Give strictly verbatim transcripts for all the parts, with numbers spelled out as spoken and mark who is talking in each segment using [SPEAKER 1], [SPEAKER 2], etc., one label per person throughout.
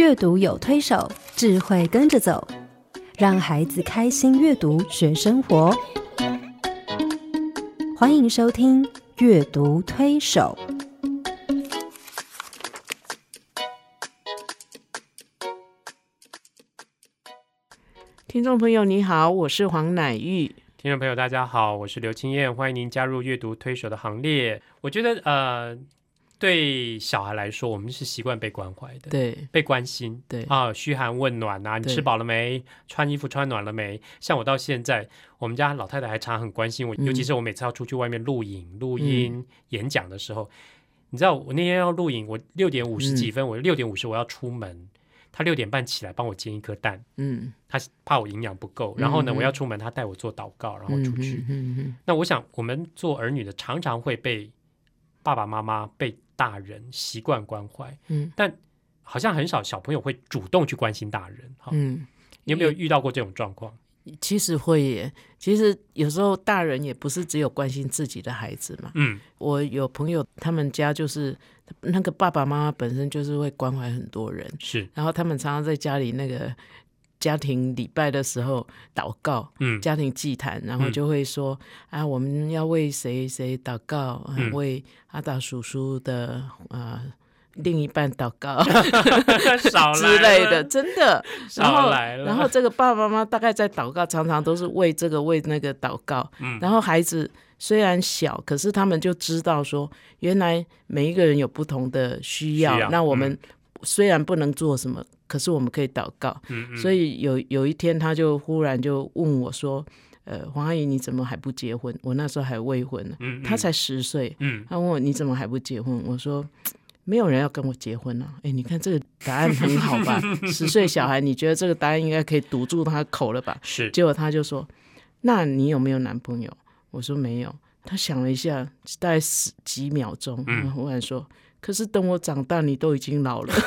[SPEAKER 1] 阅读有推手，智慧跟着走，让孩子开心阅读学生活。欢迎收听阅读推手。
[SPEAKER 2] 听众朋友你好，我是黄乃玉。
[SPEAKER 3] 听众朋友大家好，我是刘清燕，欢迎您加入阅读推手的行列。我觉得呃，对小孩来说，我们是习惯被关怀的，
[SPEAKER 2] 对，
[SPEAKER 3] 被关心，
[SPEAKER 2] 对
[SPEAKER 3] 啊，嘘寒问暖啊，你吃饱了没？穿衣服穿暖了没？像我到现在，我们家老太太还常很关心我，嗯、尤其是我每次要出去外面录影、录音、嗯、演讲的时候，你知道我那天要录影，我六点五十几分，嗯、我六点五十我要出门。他六点半起来帮我煎一颗蛋，嗯，他怕我营养不够，然后呢，嗯、我要出门，他带我做祷告，然后出去。嗯嗯、那我想，我们做儿女的常常会被爸爸妈妈、被大人习惯关怀，嗯，但好像很少小朋友会主动去关心大人。嗯，你有没有遇到过这种状况？
[SPEAKER 2] 其实会耶，其实有时候大人也不是只有关心自己的孩子嘛。嗯，我有朋友，他们家就是那个爸爸妈妈本身就是会关怀很多人，
[SPEAKER 3] 是，
[SPEAKER 2] 然后他们常常在家里那个家庭礼拜的时候祷告，嗯，家庭祭坛，然后就会说、嗯、啊，我们要为谁谁祷告，嗯、为阿达叔叔的啊。呃另一半祷告之类的，真的。然后，然后这个爸爸妈妈大概在祷告，常常都是为这个为那个祷告。嗯、然后孩子虽然小，可是他们就知道说，原来每一个人有不同的需要。需要那我们虽然不能做什么，可是我们可以祷告。嗯嗯所以有有一天，他就忽然就问我说。呃，黄阿姨，你怎么还不结婚？我那时候还未婚呢，嗯嗯他才十岁。嗯、他问我你怎么还不结婚？我说。没有人要跟我结婚啊！哎，你看这个答案很好吧？十岁小孩，你觉得这个答案应该可以堵住他口了吧？
[SPEAKER 3] 是。
[SPEAKER 2] 结果他就说：“那你有没有男朋友？”我说：“没有。”他想了一下，大概十几秒钟，然后忽然说：“嗯、可是等我长大，你都已经老了。”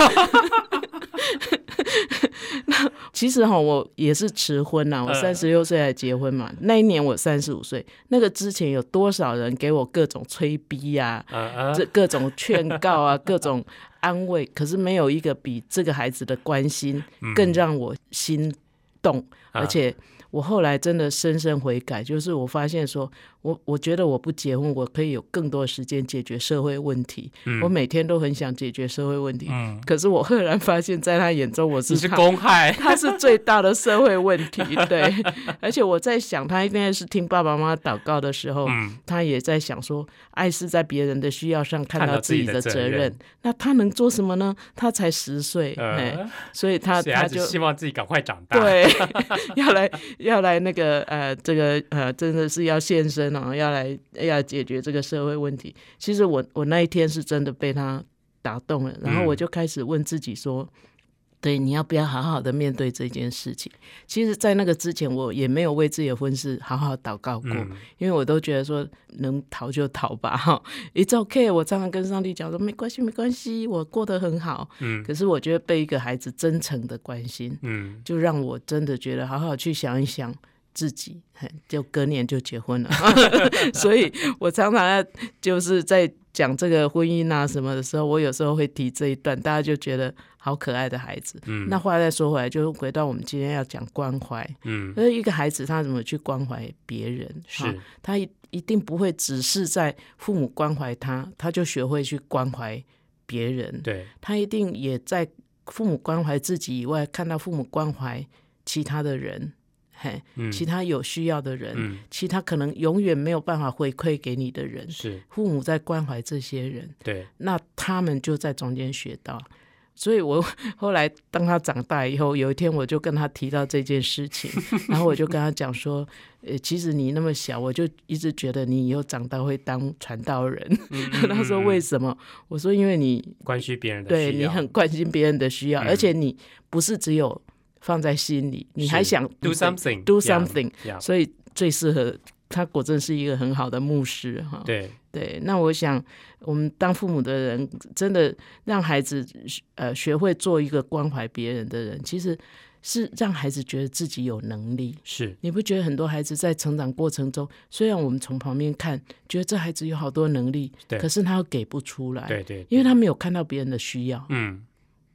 [SPEAKER 2] 那其实哈，我也是迟婚呐、啊，我三十六岁才结婚嘛。呃、那一年我三十五岁，那个之前有多少人给我各种催逼啊，呃、这各种劝告啊，各种安慰，可是没有一个比这个孩子的关心更让我心动，嗯、而且。我后来真的深深悔改，就是我发现说我我觉得我不结婚，我可以有更多的时间解决社会问题。嗯、我每天都很想解决社会问题，嗯、可是我赫然发现在他眼中我是他，
[SPEAKER 3] 你是公害，
[SPEAKER 2] 他是最大的社会问题。对，而且我在想，他应该是听爸爸妈妈祷告的时候，嗯、他也在想说，爱是在别人的需要上看到自己的责任。责任那他能做什么呢？他才十岁，呃、所以他他就
[SPEAKER 3] 希望自己赶快长大，
[SPEAKER 2] 对，要来。要来那个呃，这个呃，真的是要献身哦，要来要解决这个社会问题。其实我我那一天是真的被他打动了，然后我就开始问自己说，嗯、对，你要不要好好的面对这件事情？其实，在那个之前，我也没有为自己的婚事好好祷告过，嗯、因为我都觉得说能逃就逃吧，哈 ，It's okay。我常常跟上帝讲说，没关系，没关系，我过得很好。嗯，可是我觉得被一个孩子真诚的关心，嗯，就让我真的觉得好好去想一想。自己就隔年就结婚了所以我常常就是在讲这个婚姻啊什么的时候，我有时候会提这一段，大家就觉得好可爱的孩子。嗯，那话再说回来，就回到我们今天要讲关怀。嗯，而一个孩子他怎么去关怀别人？
[SPEAKER 3] 是
[SPEAKER 2] 他一定不会只是在父母关怀他，他就学会去关怀别人。
[SPEAKER 3] 对，
[SPEAKER 2] 他一定也在父母关怀自己以外，看到父母关怀其他的人。嗯、其他有需要的人、嗯、其他可能永远没有办法回馈给你的人，
[SPEAKER 3] 是
[SPEAKER 2] 父母在关怀这些人，
[SPEAKER 3] 对，
[SPEAKER 2] 那他们就在中间学到。所以我后来当他长大以后，有一天我就跟他提到这件事情然后我就跟他讲说、呃、其实你那么小，我就一直觉得你以后长大会当传道人嗯嗯他说为什么？我说因为你
[SPEAKER 3] 关心别人的需要，
[SPEAKER 2] 对，你很关心别人的需要、嗯、而且你不是只有放在心里，你还想
[SPEAKER 3] do something
[SPEAKER 2] do something，
[SPEAKER 3] yeah, yeah.
[SPEAKER 2] 所以最适合他果真是一个很好的牧师。
[SPEAKER 3] 对
[SPEAKER 2] 对，那我想我们当父母的人真的让孩子呃学会做一个关怀别人的人，其实是让孩子觉得自己有能力。
[SPEAKER 3] 是，
[SPEAKER 2] 你不觉得很多孩子在成长过程中，虽然我们从旁边看觉得这孩子有好多能力，可是他给不出来。
[SPEAKER 3] 对 对, 对，
[SPEAKER 2] 因为他没有看到别人的需要。
[SPEAKER 3] 嗯，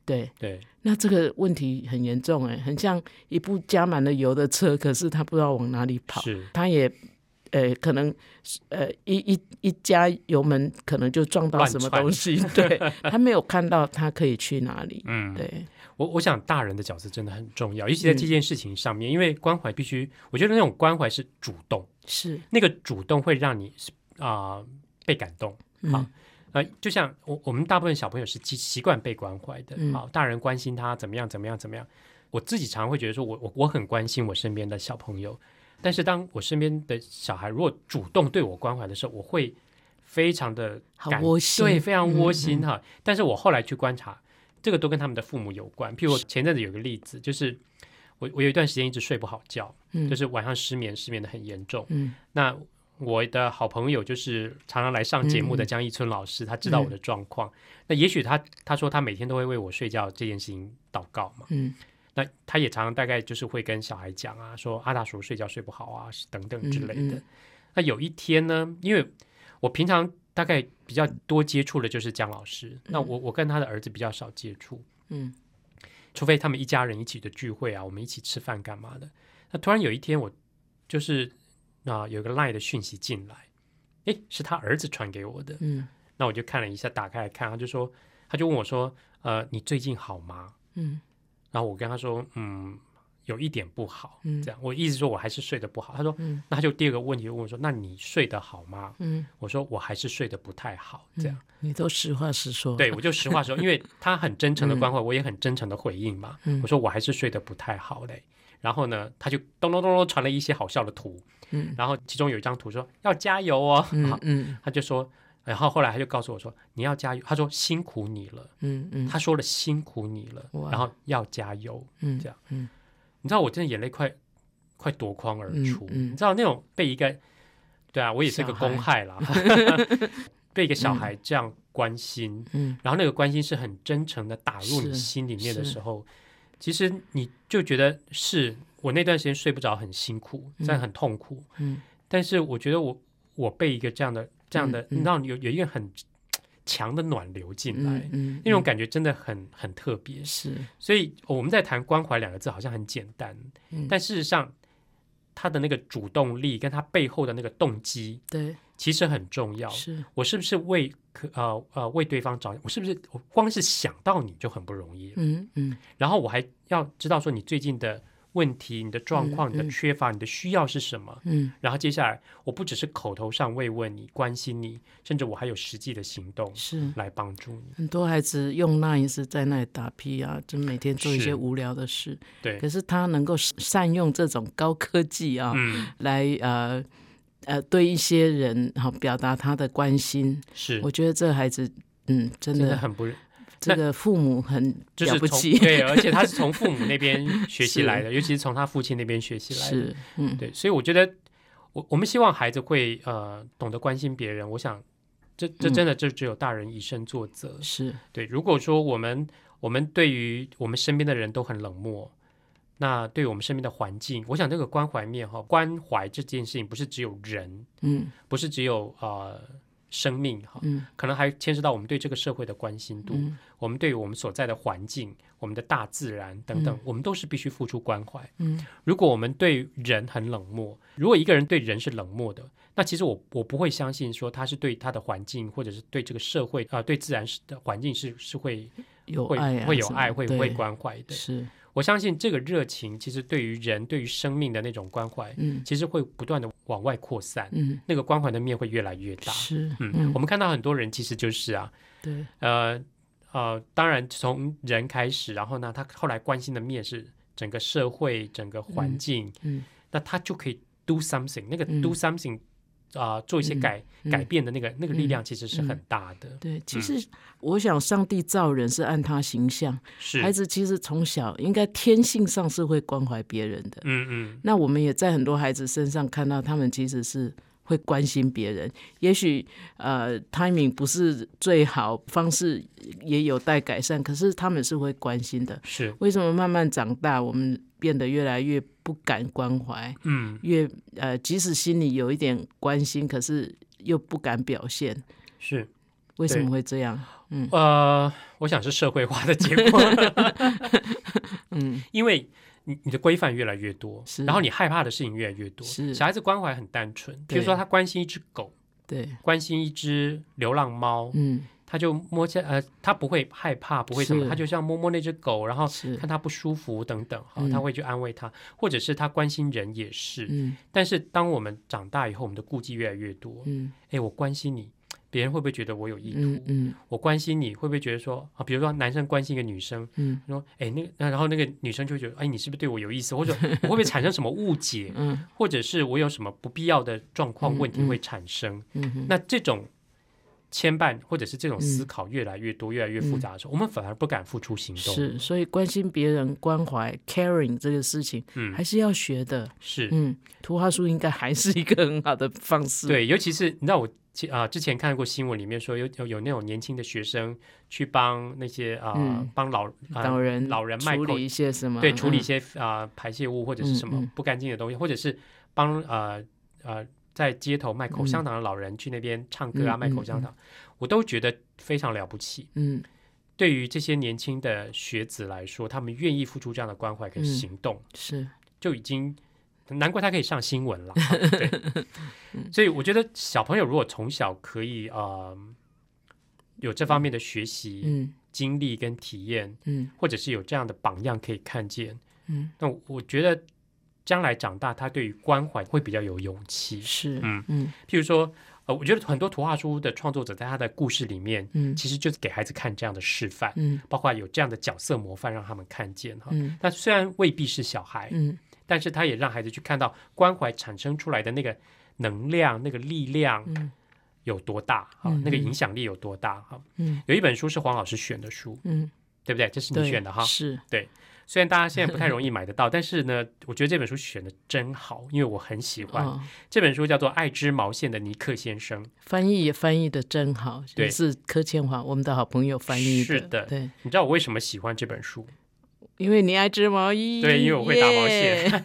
[SPEAKER 2] 对
[SPEAKER 3] 对，
[SPEAKER 2] 那这个问题很严重哎，很像一部加满了油的车，可是他不知道往哪里跑，
[SPEAKER 3] 是
[SPEAKER 2] 他也呃可能呃一一一加油门可能就撞到什么东西，对，他没有看到他可以去哪里。嗯，对。
[SPEAKER 3] 我我想大人的角色真的很重要，尤其在这件事情上面，嗯、因为关怀必须，我觉得那种关怀是主动，
[SPEAKER 2] 是
[SPEAKER 3] 那个主动会让你啊、呃、被感动。好，嗯、呃，就像我我们大部分小朋友是习习惯被关怀的，好，大人关心他怎么样怎么样怎么样。我自己常会觉得说我，我我很关心我身边的小朋友，但是当我身边的小孩如果主动对我关怀的时候，我会非常的
[SPEAKER 2] 好窝心，
[SPEAKER 3] 对，非常窝心哈、嗯嗯。但是我后来去观察。这个都跟他们的父母有关，譬如我前阵子有个例子，就是我我有一段时间一直睡不好觉，嗯、就是晚上失眠，失眠的很严重。嗯、那我的好朋友就是常常来上节目的江一村老师，嗯、他知道我的状况。嗯、那也许他他说他每天都会为我睡觉这件事情祷告嘛。嗯、那他也常常大概就是会跟小孩讲啊，说阿大叔睡觉睡不好啊等等之类的。嗯嗯、那有一天呢，因为我平常大概比较多接触的就是江老师，嗯、那我我跟他的儿子比较少接触，嗯，除非他们一家人一起的聚会啊，我们一起吃饭干嘛的。那突然有一天我就是啊、呃、有个 LINE 的讯息进来，诶，是他儿子传给我的，嗯，那我就看了一下，打开来看，他就说，他就问我说，呃，你最近好吗？嗯，然后我跟他说，嗯。有一点不好，嗯、这样我意思说我还是睡得不好。他说，嗯、那他就第二个问题问我说，那你睡得好吗？嗯、我说我还是睡得不太好，这样、
[SPEAKER 2] 嗯、你都实话实说。
[SPEAKER 3] 对，我就实话实说，因为他很真诚的关怀，嗯、我也很真诚的回应嘛。嗯、我说我还是睡得不太好嘞。然后呢，他就咚咚咚咚传了一些好笑的图，嗯、然后其中有一张图说要加油哦，嗯嗯、他就说，然后后来他就告诉我说你要加油，他说辛苦你了，嗯嗯、他说了辛苦你了，然后要加油，嗯、这样。嗯你知道我真的眼泪快快夺眶而出，嗯嗯、你知道那种被一个对啊，我也是个公害啦，被一个小孩这样关心，嗯、然后那个关心是很真诚的打入你心里面的时候，其实你就觉得是我那段时间睡不着，很辛苦，这样很痛苦，嗯、但是我觉得我我被一个这样的这样的，嗯、你知道有有一个很强的暖流进来，嗯嗯、那种感觉真的很很特别。
[SPEAKER 2] 是，
[SPEAKER 3] 所以我们在谈关怀两个字好像很简单，嗯、但事实上他的那个主动力跟他背后的那个动机，
[SPEAKER 2] 对，
[SPEAKER 3] 其实很重要。
[SPEAKER 2] 是
[SPEAKER 3] 我是不是为呃呃为对方着想？我是不是我光是想到你就很不容易？嗯嗯，然后我还要知道说你最近的问题、你的状况、嗯、你的缺乏、嗯、你的需要是什么？嗯，然后接下来我不只是口头上慰问你、关心你，甚至我还有实际的行动是来帮助你。
[SPEAKER 2] 很多孩子用那一是在那里打屁啊，就每天做一些无聊的事。
[SPEAKER 3] 对，
[SPEAKER 2] 可是他能够善用这种高科技啊，嗯、来呃呃对一些人好表达他的关心。
[SPEAKER 3] 是，
[SPEAKER 2] 我觉得这孩子嗯真的,
[SPEAKER 3] 真的很不。
[SPEAKER 2] 这个父母很了不起，
[SPEAKER 3] 就是、对，而且他是从父母那边学习来的，尤其是从他父亲那边学习来的。
[SPEAKER 2] 是，嗯，
[SPEAKER 3] 对，所以我觉得，我我们希望孩子会呃懂得关心别人。我想，这这真的就只有大人以身作则。
[SPEAKER 2] 是、嗯、
[SPEAKER 3] 对。如果说我们我们对于我们身边的人都很冷漠，那对于我们身边的环境，我想这个关怀面哈，关怀这件事情不是只有人，嗯，不是只有呃。生命哈，嗯、可能还牵涉到我们对这个社会的关心度，嗯、我们对于我们所在的环境、我们的大自然等等，嗯、我们都是必须付出关怀。嗯、如果我们对人很冷漠，如果一个人对人是冷漠的，那其实我我不会相信说他是对他的环境或者是对这个社会啊、呃、对自然的环境是是会
[SPEAKER 2] 有爱、啊、
[SPEAKER 3] 会有爱会会关怀的。
[SPEAKER 2] 是。
[SPEAKER 3] 我相信这个热情其实对于人对于生命的那种关怀、嗯、其实会不断的往外扩散、嗯、那个关怀的面会越来越大。
[SPEAKER 2] 是、
[SPEAKER 3] 嗯嗯、我们看到很多人其实就是啊
[SPEAKER 2] 对
[SPEAKER 3] 呃呃，当然从人开始，然后呢他后来关心的面是整个社会整个环境、嗯嗯、那他就可以 do something 那个 do something、嗯啊、呃，做一些改、嗯、改变的那个、嗯、那个力量其实是很大的。
[SPEAKER 2] 嗯、对，其实我想上帝造人是按他形象，
[SPEAKER 3] 是
[SPEAKER 2] 孩子其实从小应该天性上是会关怀别人的。
[SPEAKER 3] 嗯嗯，
[SPEAKER 2] 那我们也在很多孩子身上看到他们其实是会关心别人，也许呃 timing 不是最好，方式也有待改善，可是他们是会关心的。
[SPEAKER 3] 是
[SPEAKER 2] 为什么慢慢长大我们变得越来越不敢关怀，嗯，越呃即使心里有一点关心，可是又不敢表现。
[SPEAKER 3] 是
[SPEAKER 2] 为什么会这样？
[SPEAKER 3] 嗯，呃，我想是社会化的结果。嗯，因为你你的规范越来越多，然后你害怕的事情越来越多。是，小孩子关怀很单纯，比如说他关心一只狗，对，关心一只流浪猫，嗯。他就摸下，呃，他不会害怕，不会什么，他就像摸摸那只狗，然后看它不舒服等等，哈、嗯，他会去安慰它，或者是他关心人也是。嗯，但是当我们长大以后，我们的顾忌越来越多。嗯，哎，我关心你，别人会不会觉得我有意图？嗯，嗯我关心你，会不会觉得说啊，比如说男生关心一个女生，嗯，说哎那个，然后那个女生就会觉得，哎，你是不是对我有意思？或者我会不会产生什么误解？嗯，或者是我有什么不必要的状况问题会产生？嗯嗯、那这种。牵绊或者是这种思考越来越多、嗯、越来越复杂的时候、嗯、我们反而不敢付出行动。
[SPEAKER 2] 是，所以关心别人、关怀 caring 这个事情、嗯、还是要学的。
[SPEAKER 3] 是，
[SPEAKER 2] 嗯，图画书应该还是一个很好的方式。
[SPEAKER 3] 对，尤其是你知道我啊、呃，之前看过新闻里面说有有有那种年轻的学生去帮那些啊、呃嗯、帮老、呃、
[SPEAKER 2] 老人
[SPEAKER 3] 老人卖口
[SPEAKER 2] 处理一些什么，
[SPEAKER 3] 对，处理一些啊、呃、排泄物或者是什么不干净的东西，嗯嗯、或者是帮呃呃。在街头卖口香糖的老人、嗯、去那边唱歌啊、嗯、卖口香糖、嗯、我都觉得非常了不起。嗯，对于这些年轻的学子来说，他们愿意付出这样的关怀跟行动、嗯、
[SPEAKER 2] 是
[SPEAKER 3] 就已经难怪他可以上新闻了。对、嗯、所以我觉得小朋友如果从小可以、呃、有这方面的学习、嗯、经历跟体验、嗯、或者是有这样的榜样可以看见、嗯、那我觉得将来长大，他对于关怀会比较有勇气。
[SPEAKER 2] 是，
[SPEAKER 3] 嗯嗯。譬如说，呃，我觉得很多图画书的创作者在他的故事里面，嗯，其实就是给孩子看这样的示范，嗯，包括有这样的角色模范让他们看见哈。嗯。那虽然未必是小孩，嗯，但是他也让孩子去看到关怀产生出来的那个能量、那个力量有多大哈、嗯，那个影响力有多大哈。嗯。有一本书是黄老师选的书，嗯，对不对？这是你选的哈。
[SPEAKER 2] 是。
[SPEAKER 3] 对。虽然大家现在不太容易买得到，但是呢，我觉得这本书选的真好，因为我很喜欢、哦、这本书叫做《爱织毛线的尼克先生》，
[SPEAKER 2] 翻译也翻译的真好，对，是柯倩华我们的好朋友翻译的。
[SPEAKER 3] 是的，
[SPEAKER 2] 对。
[SPEAKER 3] 你知道我为什么喜欢这本书？
[SPEAKER 2] 因为你爱织毛衣。
[SPEAKER 3] 对，因为我会打毛线，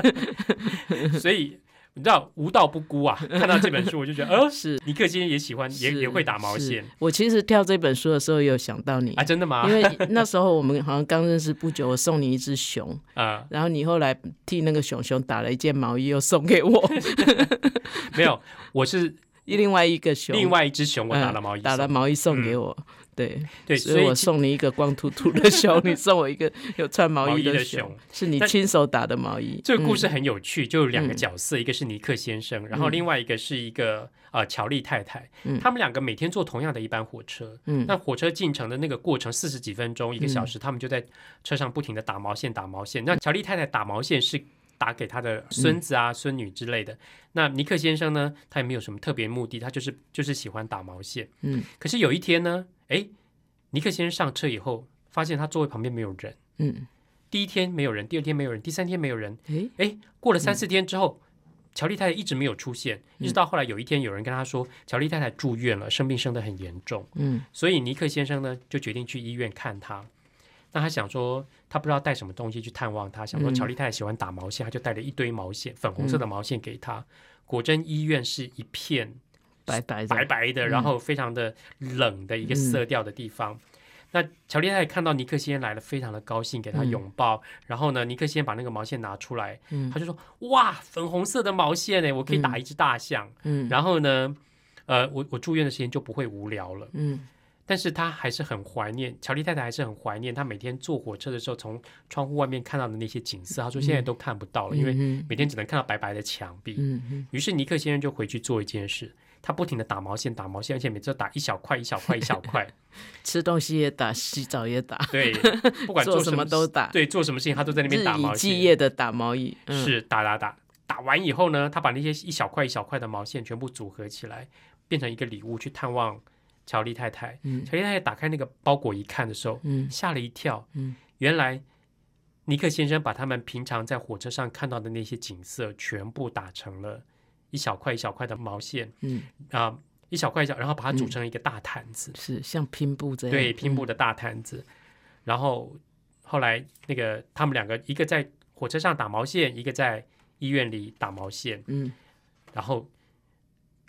[SPEAKER 3] yeah 所以。你知道无道不孤啊！看到这本书我就觉得，呃，是尼克先生也喜欢，也也会打毛线。
[SPEAKER 2] 我其实挑这本书的时候有想到你
[SPEAKER 3] 啊，真的吗？
[SPEAKER 2] 因为那时候我们好像刚认识不久，我送你一只熊啊，然后你后来替那个熊熊打了一件毛衣，又送给我。
[SPEAKER 3] 没有，我是
[SPEAKER 2] 另外一个熊，
[SPEAKER 3] 另外一只熊，我打了毛衣、嗯，
[SPEAKER 2] 打了毛衣送给我。嗯对
[SPEAKER 3] 对，
[SPEAKER 2] 所以我送你一个光秃秃的熊，你送我一个有穿毛衣的熊，是你亲手打的毛衣。
[SPEAKER 3] 这个故事很有趣，就有两个角色、嗯，一个是尼克先生，然后另外一个是一个呃乔丽太太、嗯，他们两个每天坐同样的一班火车，嗯，那火车进城的那个过程四十几分钟，一个小时、嗯，他们就在车上不停的打毛线，打毛线。那乔丽太太打毛线是打给他的孙子啊、嗯、孙女之类的。那尼克先生呢，他也没有什么特别目的，他就是就是喜欢打毛线。嗯，可是有一天呢，哎，尼克先生上车以后，发现他座位旁边没有人。嗯，第一天没有人，第二天没有人，第三天没有人。哎，过了三四天之后、嗯，乔丽太太一直没有出现，一直到后来有一天有人跟他说，乔丽太太住院了，生病生得很严重。嗯，所以尼克先生呢就决定去医院看他。那他想说，他不知道带什么东西去探望他，想说乔丽太太喜欢打毛线，他就带了一堆毛线，粉红色的毛线给他。嗯、果真医院是一片
[SPEAKER 2] 白白的
[SPEAKER 3] 白白的、嗯，然后非常的冷的一个色调的地方。嗯、那乔丽太太看到尼克先生来了，非常的高兴，给他拥抱、嗯。然后呢，尼克先生把那个毛线拿出来，嗯、他就说：“哇，粉红色的毛线呢，我可以打一只大象。嗯”然后呢，呃，我我住院的时间就不会无聊了。嗯。但是他还是很怀念，乔丽太太还是很怀念他每天坐火车的时候从窗户外面看到的那些景色。他说现在都看不到了，嗯、因为每天只能看到白白的墙壁。嗯、于是尼克先生就回去做一件事，他不停的打毛线打毛线，而且每次都打一小块一小块一小块。
[SPEAKER 2] 吃东西也打，洗澡也打，
[SPEAKER 3] 对，不管做 什,
[SPEAKER 2] 做什么都打，
[SPEAKER 3] 对，做什么事情他都在那边打毛线，
[SPEAKER 2] 日以继夜的打毛衣。
[SPEAKER 3] 嗯、是打打打，打完以后呢，他把那些一小块一小块的毛线全部组合起来，变成一个礼物去探望乔丽太太。嗯、乔丽太太打开那个包裹一看的时候，嗯、吓了一跳。嗯、原来尼克先生把他们平常在火车上看到的那些景色全部打成了一小块一小块的毛线。嗯啊，一小块一小，然后把它组成一个大毯子，嗯、
[SPEAKER 2] 是像拼布这样。
[SPEAKER 3] 对，拼布的大毯子。嗯、然后后来那个他们两个，一个在火车上打毛线，一个在医院里打毛线。嗯，然后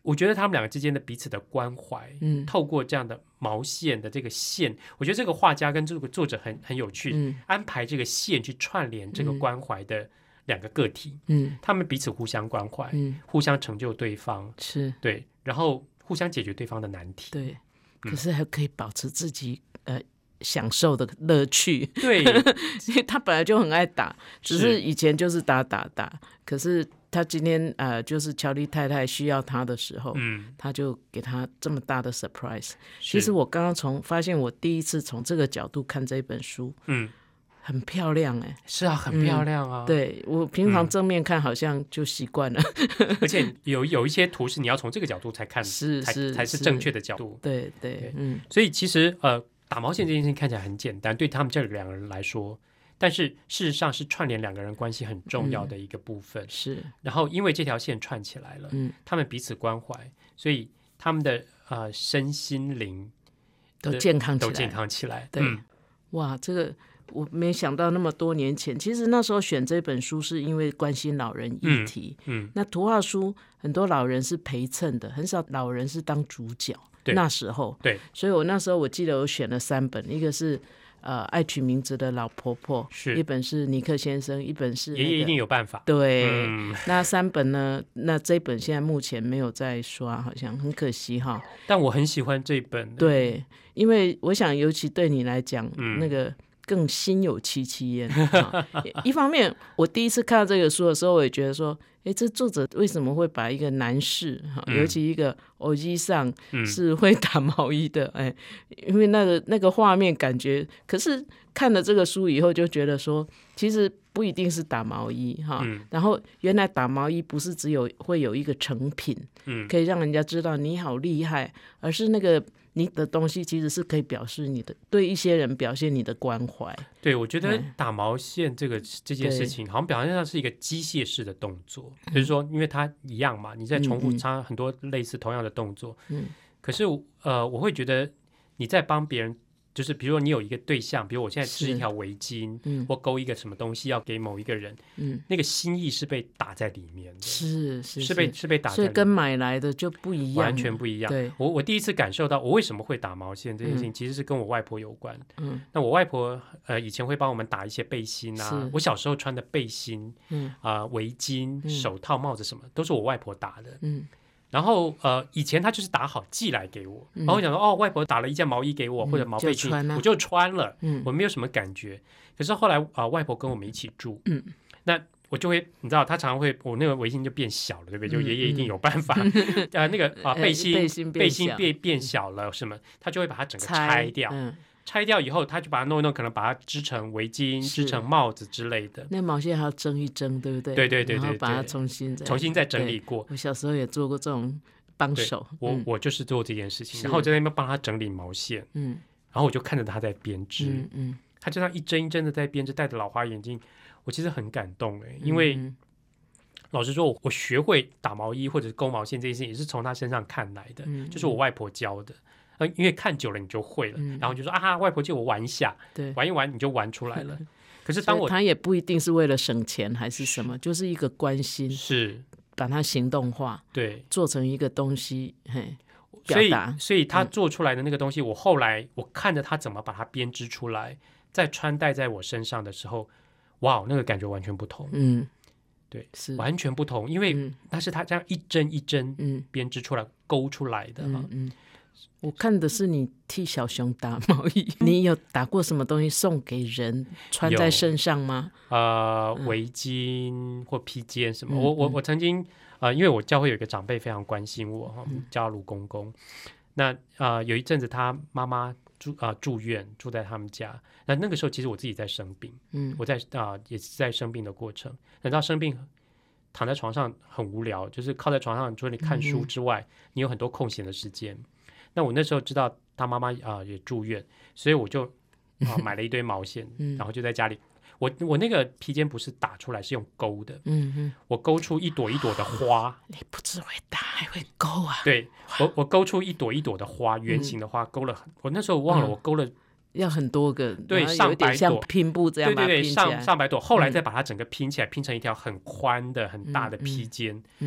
[SPEAKER 3] 我觉得他们两个之间的彼此的关怀，嗯，透过这样的毛线的这个线，我觉得这个画家跟这个作者很很有趣，嗯，安排这个线去串联这个关怀的两个个体，嗯，他们彼此互相关怀，嗯，互相成就对方，
[SPEAKER 2] 是
[SPEAKER 3] 对，然后互相解决对方的难题，
[SPEAKER 2] 对，可是还可以保持自己呃享受的乐趣，
[SPEAKER 3] 对，
[SPEAKER 2] 因为他本来就很爱打，只是以前就是打打打，可是他今天呃，就是乔丽太太需要他的时候，嗯，他就给他这么大的 surprise。其实我刚刚从发现，我第一次从这个角度看这一本书，嗯，很漂亮哎、欸，
[SPEAKER 3] 是啊，很漂亮啊。
[SPEAKER 2] 嗯、对我平常正面看好像就习惯了，
[SPEAKER 3] 嗯、而且有有一些图是你要从这个角度才看，
[SPEAKER 2] 是
[SPEAKER 3] 才
[SPEAKER 2] 是
[SPEAKER 3] 才是正确的角度。
[SPEAKER 2] 对 对, 对，嗯，
[SPEAKER 3] 所以其实呃，打毛线这件事情看起来很简单，对他们这两个人来说。但是事实上是串联两个人关系很重要的一个部分，嗯、
[SPEAKER 2] 是。
[SPEAKER 3] 然后因为这条线串起来了，嗯，他们彼此关怀，所以他们的呃身心灵
[SPEAKER 2] 都健康起来，
[SPEAKER 3] 都健康起来。
[SPEAKER 2] 对，嗯、哇，这个我没想到那么多年前，其实那时候选这本书是因为关心老人议题，嗯，嗯那图画书很多老人是陪衬的，很少老人是当主角。那时候，
[SPEAKER 3] 对，
[SPEAKER 2] 所以我那时候我记得我选了三本，一个是。呃，爱取名字的老婆婆，
[SPEAKER 3] 是
[SPEAKER 2] 一本是尼克先生，一本是、那个、
[SPEAKER 3] 爷爷一定有办法。
[SPEAKER 2] 对、嗯，那三本呢？那这本现在目前没有在刷，好像很可惜哈。
[SPEAKER 3] 但我很喜欢这本，
[SPEAKER 2] 对，因为我想，尤其对你来讲，嗯、那个更心有戚戚焉。一方面，我第一次看到这个书的时候，我也觉得说，哎，这作者为什么会把一个男士，嗯、尤其一个偶机上是会打毛衣的？哎、嗯，因为那个那个画面感觉，可是看了这个书以后，就觉得说，其实不一定是打毛衣哈。嗯、然后原来打毛衣不是只有会有一个成品，嗯、可以让人家知道你好厉害，而是那个。你的东西其实是可以表示你的对一些人表现你的关怀。
[SPEAKER 3] 对，我觉得打毛线这个这件事情，好像表现上是一个机械式的动作，就是说，因为它一样嘛，你在重复它很多类似同样的动作。嗯，可是呃，我会觉得你在帮别人。就是比如说你有一个对象，比如我现在织一条围巾，嗯、或勾一个什么东西要给某一个人，嗯、那个心意是被打在里面的，
[SPEAKER 2] 是是
[SPEAKER 3] 是被是被打在里面，
[SPEAKER 2] 所以跟买来的就不一样，
[SPEAKER 3] 完全不一样。
[SPEAKER 2] 对，
[SPEAKER 3] 我我第一次感受到我为什么会打毛线这件事情，其实是跟我外婆有关。嗯，那我外婆呃以前会帮我们打一些背心啊，我小时候穿的背心，嗯啊、呃、围巾、手套、帽子什么，都是我外婆打的。嗯。然后呃，以前他就是打好寄来给我，嗯、然后我想说，哦，外婆打了一件毛衣给我，嗯、或者毛背心，就啊、我就穿了，嗯、我没有什么感觉。可是后来啊、呃，外婆跟我们一起住，嗯、那我就会，你知道，他常常会，我那个围巾就变小了，对不对？就爷爷一定有办法，嗯、呃，那个啊、呃、背心
[SPEAKER 2] 背心
[SPEAKER 3] 背心变变小了，什么，他就会把它整个拆掉。拆掉以后，他就把它弄一弄，可能把它织成围巾、织成帽子之类的。
[SPEAKER 2] 那毛线还要蒸一蒸，对不对？
[SPEAKER 3] 对对对 对, 对，
[SPEAKER 2] 然后把它重新再
[SPEAKER 3] 重新再整理过。
[SPEAKER 2] 我小时候也做过这种帮手，
[SPEAKER 3] 我、嗯、我就是做这件事情，然后我在那边帮他整理毛线，嗯，然后我就看着他在编织，嗯嗯，他就这样一针一针的在编织，戴着老花眼镜，我其实很感动哎，因为、嗯、老实说我，我学会打毛衣或者勾毛线这件事情，也是从他身上看来的，嗯、就是我外婆教的。因为看久了你就会了，嗯、然后就说啊，外婆借我玩一下，对，玩一玩你就玩出来了。可是当我
[SPEAKER 2] 他也不一定是为了省钱还是什么，就是一个关心，
[SPEAKER 3] 是
[SPEAKER 2] 把它行动化，
[SPEAKER 3] 对，
[SPEAKER 2] 做成一个东西，嘿，
[SPEAKER 3] 所以所以他做出来的那个东西，嗯、我后来我看着他怎么把它编织出来，再穿戴在我身上的时候，哇，那个感觉完全不同，嗯，对，是完全不同，因为那是他这样一针一针编织出来、嗯、勾出来的哈。嗯嗯，
[SPEAKER 2] 我看的是你替小熊打毛衣，你有打过什么东西送给人穿在身上吗？
[SPEAKER 3] 呃，围巾或披肩什么？嗯、我我我曾经呃，因为我教会有一个长辈非常关心我哈，叫卢公公。那呃有一阵子他妈妈住啊、呃、住院，住在他们家。那那个时候其实我自己在生病，嗯，我在啊、呃、也是在生病的过程。等到生病躺在床上很无聊，就是靠在床上，除了你看书之外，嗯、你有很多空闲的时间。那我那时候知道他妈妈啊、呃、也住院，所以我就啊、呃、买了一堆毛线，嗯、然后就在家里。我我那个披肩不是打出来，是用勾的。嗯嗯，我勾出一朵一朵的花。
[SPEAKER 2] 你不只会打，还会勾啊？
[SPEAKER 3] 对，我我勾出一朵一朵的花，圆形的花，勾了。我那时候忘了，我勾了、嗯、
[SPEAKER 2] 要很多个，
[SPEAKER 3] 对，上百朵，
[SPEAKER 2] 像拼布这样把它拼起来，
[SPEAKER 3] 对对对，上上百朵。后来再把它整个拼起来，嗯、拼成一条很宽的、很大的披肩。嗯。嗯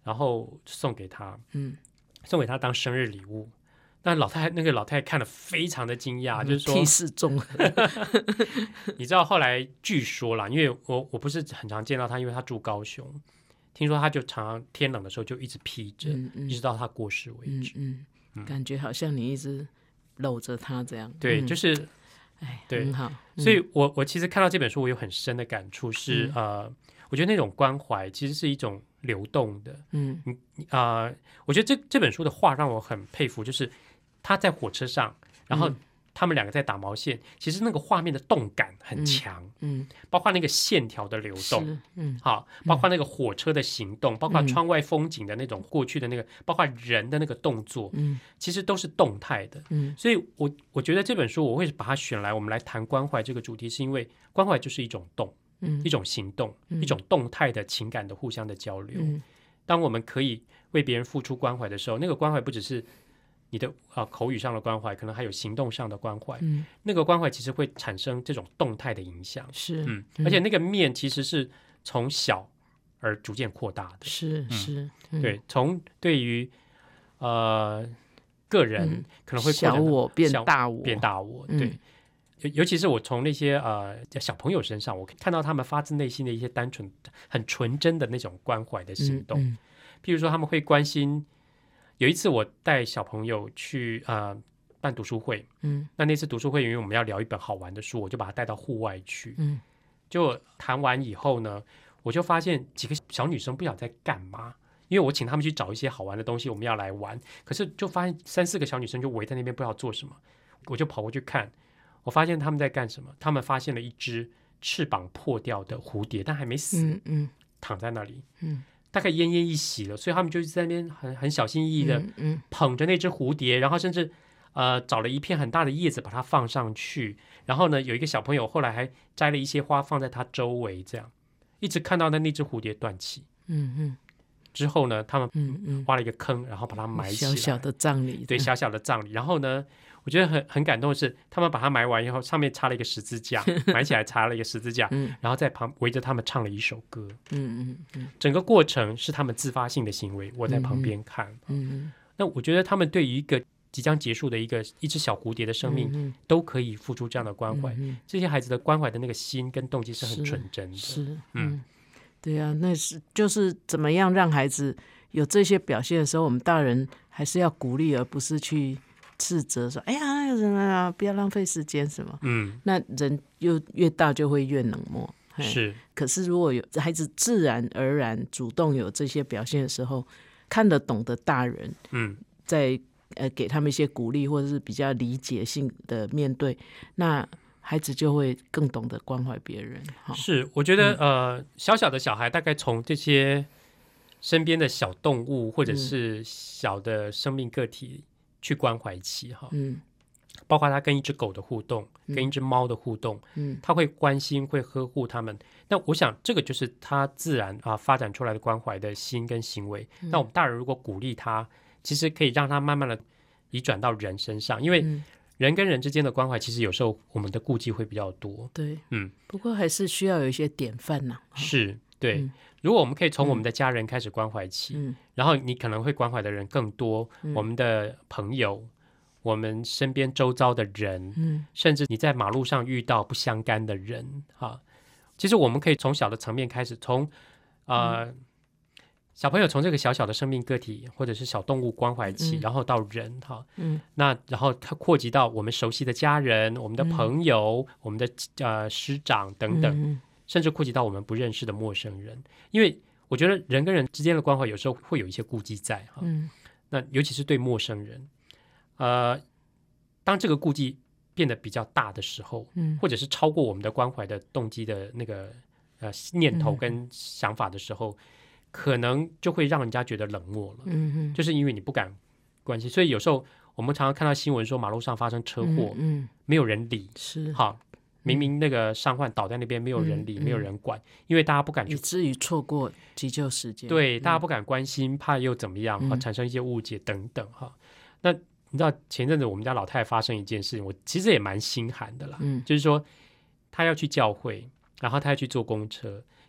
[SPEAKER 3] 然后送给他，
[SPEAKER 2] 嗯，
[SPEAKER 3] 送给他当生日礼物。那老太太那个老太太看了非常的惊讶，嗯、就是说
[SPEAKER 2] 替世综合。
[SPEAKER 3] 你知道后来据说啦，因为我我不是很常见到他，因为他住高雄，听说他就常常天冷的时候就一直披着，嗯嗯、一直到他过世为止。
[SPEAKER 2] 嗯嗯，感觉好像你一直搂着他这样。
[SPEAKER 3] 对，嗯、就是，
[SPEAKER 2] 哎，
[SPEAKER 3] 对，
[SPEAKER 2] 很好。
[SPEAKER 3] 嗯、所以我我其实看到这本书，我有很深的感触是，嗯、呃，我觉得那种关怀其实是一种流动的。嗯啊、呃，我觉得这这本书的话让我很佩服，就是他在火车上，然后他们两个在打毛线，嗯、其实那个画面的动感很强，嗯，嗯包括那个线条的流动，嗯，好，包括那个火车的行动，嗯、包括窗外风景的那种过去的那个，包括人的那个动作，嗯，其实都是动态的，嗯，所以我我觉得这本书我会把它选来，我们来谈关怀这个主题，是因为关怀就是一种动，嗯，一种行动，嗯、一种动态的情感的互相的交流。嗯、当我们可以为别人付出关怀的时候，那个关怀不只是你的、呃、口语上的关怀，可能还有行动上的关怀，嗯、那个关怀其实会产生这种动态的影响，
[SPEAKER 2] 是，
[SPEAKER 3] 嗯，而且那个面其实是从小而逐渐扩大的，
[SPEAKER 2] 是是，
[SPEAKER 3] 嗯、对，从对于呃个人可能会
[SPEAKER 2] 小我变大我，
[SPEAKER 3] 变大我，对，嗯、尤其是我从那些呃小朋友身上，我看到他们发自内心的一些单纯、很纯真的那种关怀的行动，嗯嗯、譬如说他们会关心。有一次我带小朋友去呃办读书会，嗯，那那次读书会因为我们要聊一本好玩的书，我就把他带到户外去，嗯，就谈完以后呢，我就发现几个小女生不晓得在干嘛，因为我请他们去找一些好玩的东西，我们要来玩，可是就发现三四个小女生就围在那边不知道做什么，我就跑过去看，我发现他们在干什么，他们发现了一只翅膀破掉的蝴蝶，但还没死，嗯嗯，躺在那里，嗯。大概奄奄一息了，所以他们就在那边很很小心翼翼的捧着那只蝴蝶，嗯嗯、然后甚至呃找了一片很大的叶子把它放上去，然后呢有一个小朋友后来还摘了一些花放在它周围，这样一直看到那那只蝴蝶断气。嗯嗯。之后呢，他们挖了一个坑，然后把它埋起来，
[SPEAKER 2] 小小的葬礼，
[SPEAKER 3] 对，小小的葬礼。然后呢，我觉得很很感动的是，他们把它埋完以后，上面插了一个十字架，埋起来插了一个十字架，嗯、然后在旁围着他们唱了一首歌。嗯嗯嗯，整个过程是他们自发性的行为，我在旁边看。嗯嗯，那我觉得他们对于一个即将结束的一个一只小蝴蝶的生命，嗯、都可以付出这样的关怀。嗯、这些孩子的关怀的那个心跟动机是很纯真的。
[SPEAKER 2] 是，是嗯。对啊，那是就是怎么样让孩子有这些表现的时候，我们大人还是要鼓励，而不是去斥责说：“哎呀，人啊，不要浪费时间什么。”嗯，那人又越大就会越冷漠。
[SPEAKER 3] 是，
[SPEAKER 2] 可是如果有孩子自然而然主动有这些表现的时候，看得懂的大人，嗯，在呃给他们一些鼓励，或者是比较理解性的面对，那孩子就会更懂得关怀别人。
[SPEAKER 3] 是，我觉得、嗯、呃，小小的小孩大概从这些身边的小动物或者是小的生命个体去关怀起哈，嗯，包括他跟一只狗的互动，嗯、跟一只猫的互动，嗯，他会关心，会呵护他们。那我想这个就是他自然啊发展出来的关怀的心跟行为。嗯、那我们大人如果鼓励他，其实可以让他慢慢的移转到人身上，因为、嗯人跟人之间的关怀，其实有时候我们的顾忌会比较多。
[SPEAKER 2] 对，嗯，不过还是需要有一些典范呐、
[SPEAKER 3] 啊。是，对。嗯、如果我们可以从我们的家人开始关怀起，嗯、然后你可能会关怀的人更多，嗯、我们的朋友，我们身边周遭的人，嗯、甚至你在马路上遇到不相干的人，哈，其实我们可以从小的层面开始，从呃。嗯小朋友从这个小小的生命个体或者是小动物关怀起，嗯、然后到人哈，嗯、那然后它扩及到我们熟悉的家人、我们的朋友、嗯、我们的呃师长等等，嗯、甚至扩及到我们不认识的陌生人。因为我觉得人跟人之间的关怀有时候会有一些顾忌在哈，嗯、那尤其是对陌生人，呃，当这个顾忌变得比较大的时候，嗯、或者是超过我们的关怀的动机的那个呃念头跟想法的时候。嗯可能就会让人家觉得冷漠了，嗯哼，就是因为你不敢关心，所以有时候我们常常看到新闻说马路上发生车祸，嗯，嗯没有人理，
[SPEAKER 2] 是
[SPEAKER 3] 好，明明那个伤患倒在那边，没有人理，嗯、没有人管，因为大家不敢去，
[SPEAKER 2] 以至于错过急救时间，
[SPEAKER 3] 对，大家不敢关心，嗯、怕又怎么样，哈，产生一些误解等等，哈。那你知道前阵子我们家老太太发生一件事情，我其实也蛮心寒的啦，嗯，就是说她要去教会，然后她要去坐公车。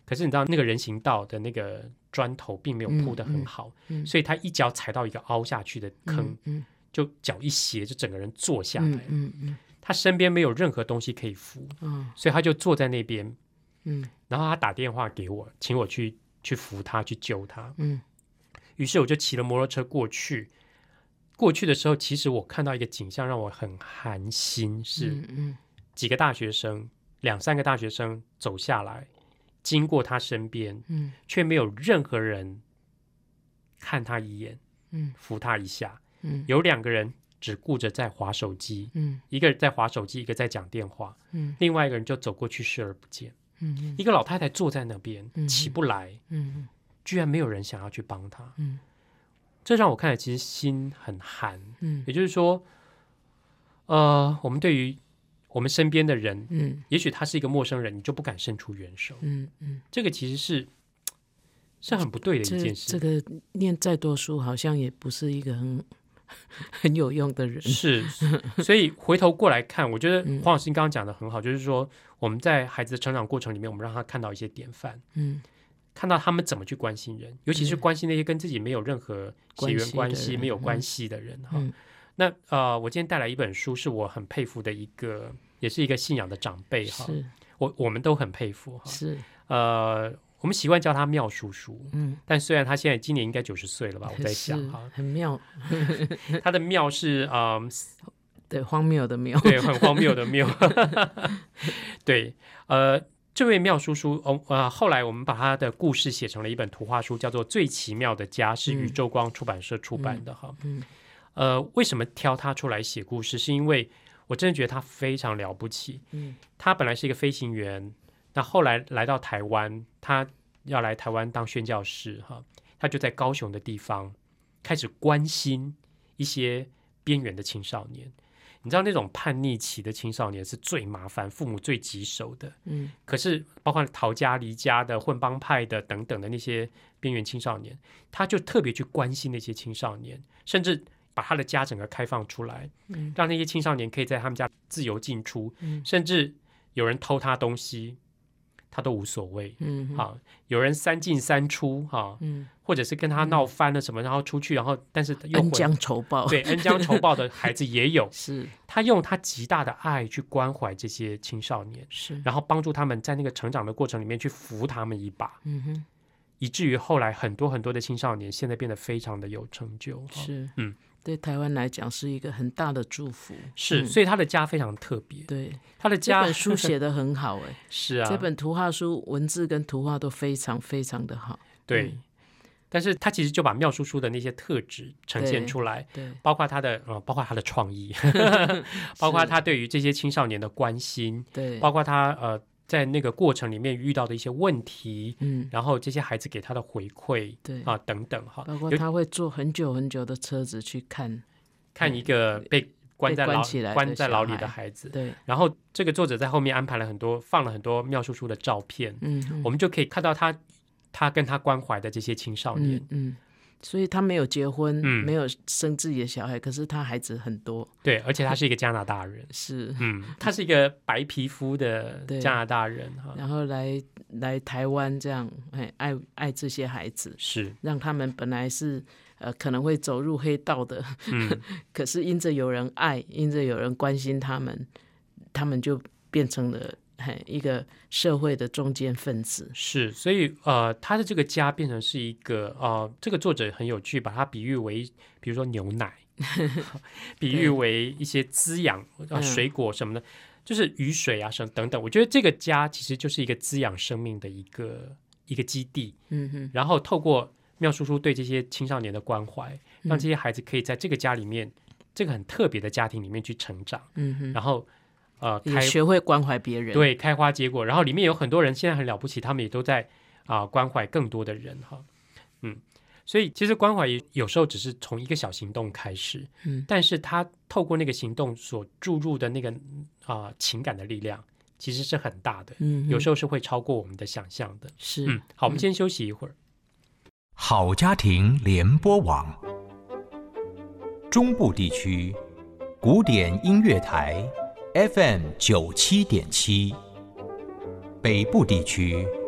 [SPEAKER 3] 可是你知道那个人行道的那个砖头并没有铺得很好，嗯嗯、所以他一脚踩到一个凹下去的坑，嗯嗯、就脚一斜就整个人坐下来了。嗯嗯嗯、他身边没有任何东西可以扶，嗯、所以他就坐在那边。嗯、然后他打电话给我，请我去去扶他，去救他。嗯、于是我就骑了摩托车过去。过去的时候，其实我看到一个景象让我很寒心，是几个大学生，两三个大学生走下来，经过他身边，嗯、却没有任何人看他一眼，嗯、扶他一下。嗯、有两个人只顾着在滑手机，嗯、一个在滑手机，一个在讲电话，嗯、另外一个人就走过去视而不见。嗯、一个老太太坐在那边，嗯、起不来，嗯、居然没有人想要去帮她。嗯、这让我看来其实心很寒。嗯、也就是说，呃，我们对于我们身边的人，嗯、也许他是一个陌生人，你就不敢伸出援手。嗯嗯、这个其实是是很不对的一件事。
[SPEAKER 2] 这, 这个念再多书，好像也不是一个很很有用的人。
[SPEAKER 3] 是，所以回头过来看，我觉得黄老师刚刚讲的很好，嗯、就是说我们在孩子的成长过程里面，我们让他看到一些典范，嗯，看到他们怎么去关心人，尤其是关心那些跟自己没有任何血缘关系、没有关系的人哈。嗯、那呃，我今天带来一本书，是我很佩服的一个，也是一个信仰的长辈哈，我我们都很佩服哈。
[SPEAKER 2] 是，
[SPEAKER 3] 呃。我们习惯叫他妙叔叔，嗯，但虽然他现在今年应该九十岁了吧，我在想哈，
[SPEAKER 2] 很妙，
[SPEAKER 3] 他的妙是啊、嗯，
[SPEAKER 2] 对，荒谬的谬，
[SPEAKER 3] 对，很荒谬的谬，对，呃，这位妙叔叔，哦，呃，后来我们把他的故事写成了一本图画书，叫做《最奇妙的家》，是宇宙光出版社出版的哈，嗯，呃，为什么挑他出来写故事？是因为我真的觉得他非常了不起，嗯，他本来是一个飞行员。那后来来到台湾，他要来台湾当宣教士哈，他就在高雄的地方开始关心一些边缘的青少年。你知道那种叛逆期的青少年是最麻烦，父母最棘手的。嗯，可是包括逃家离家的、混帮派的等等的那些边缘青少年，他就特别去关心那些青少年，甚至把他的家整个开放出来，嗯、让那些青少年可以在他们家自由进出，嗯、甚至有人偷他东西。他都无所谓，嗯，好，有人三进三出，哈，嗯，或者是跟他闹翻了什么，嗯、然后出去，然后但是又
[SPEAKER 2] 恩将仇报，
[SPEAKER 3] 对，恩将仇报的孩子也有，
[SPEAKER 2] 是，
[SPEAKER 3] 他用他极大的爱去关怀这些青少年，
[SPEAKER 2] 是，
[SPEAKER 3] 然后帮助他们在那个成长的过程里面去扶他们一把，嗯哼，以至于后来很多很多的青少年现在变得非常的有成就，
[SPEAKER 2] 是，嗯。对台湾来讲是一个很大的祝福，
[SPEAKER 3] 是，嗯、所以他的家非常特别。
[SPEAKER 2] 对，
[SPEAKER 3] 他的家
[SPEAKER 2] 这本书写得很好，哎，
[SPEAKER 3] 是啊，
[SPEAKER 2] 这本图画书文字跟图画都非常非常的好。
[SPEAKER 3] 对，嗯、但是他其实就把妙叔叔的那些特质呈现出来，
[SPEAKER 2] 对，对
[SPEAKER 3] 包括他的呃，包括他的创意，包括他对于这些青少年的关心，
[SPEAKER 2] 对，
[SPEAKER 3] 包括他呃。在那个过程里面遇到的一些问题，嗯，然后这些孩子给他的回馈，
[SPEAKER 2] 对
[SPEAKER 3] 啊等等哈，
[SPEAKER 2] 包括他会坐很久很久的车子去看
[SPEAKER 3] 看一个被关在牢关在牢里的孩子，
[SPEAKER 2] 对。
[SPEAKER 3] 然后这个作者在后面安排了很多放了很多妙叔叔的照片，嗯，嗯我们就可以看到他他跟他关怀的这些青少年，
[SPEAKER 2] 嗯。嗯所以他没有结婚，嗯、没有生自己的小孩，可是他孩子很多。
[SPEAKER 3] 对，而且他是一个加拿大人，
[SPEAKER 2] 是，
[SPEAKER 3] 嗯，他是一个白皮肤的加拿大人哈，
[SPEAKER 2] 然后来来台湾这样，爱爱这些孩子，
[SPEAKER 3] 是
[SPEAKER 2] 让他们本来是呃可能会走入黑道的，嗯，可是因着有人爱，因着有人关心他们，他们就变成了。一个社会的中间分子
[SPEAKER 3] 是，所以呃，他的这个家变成是一个呃，这个作者很有趣，把它比喻为，比如说牛奶，比喻为一些滋养呃水果什么的，嗯、就是雨水啊什么等等。我觉得这个家其实就是一个滋养生命的一个一个基地。嗯哼，然后透过妙叔叔对这些青少年的关怀，让这些孩子可以在这个家里面，嗯、这个很特别的家庭里面去成长。嗯哼，然后。
[SPEAKER 2] 呃，也学会关怀别人，
[SPEAKER 3] 对，开花结果，然后里面有很多人现在很了不起，他们也都在啊、呃、关怀更多的人哈，嗯，所以其实关怀有时候只是从一个小行动开始，嗯，但是他透过那个行动所注入的那个啊、呃、情感的力量，其实是很大的，嗯，有时候是会超过我们的想象的，
[SPEAKER 2] 是，
[SPEAKER 3] 嗯，好，我们先休息一会儿。
[SPEAKER 4] 好家庭联播网，中部地区古典音乐台。F M 九七点七，北部地区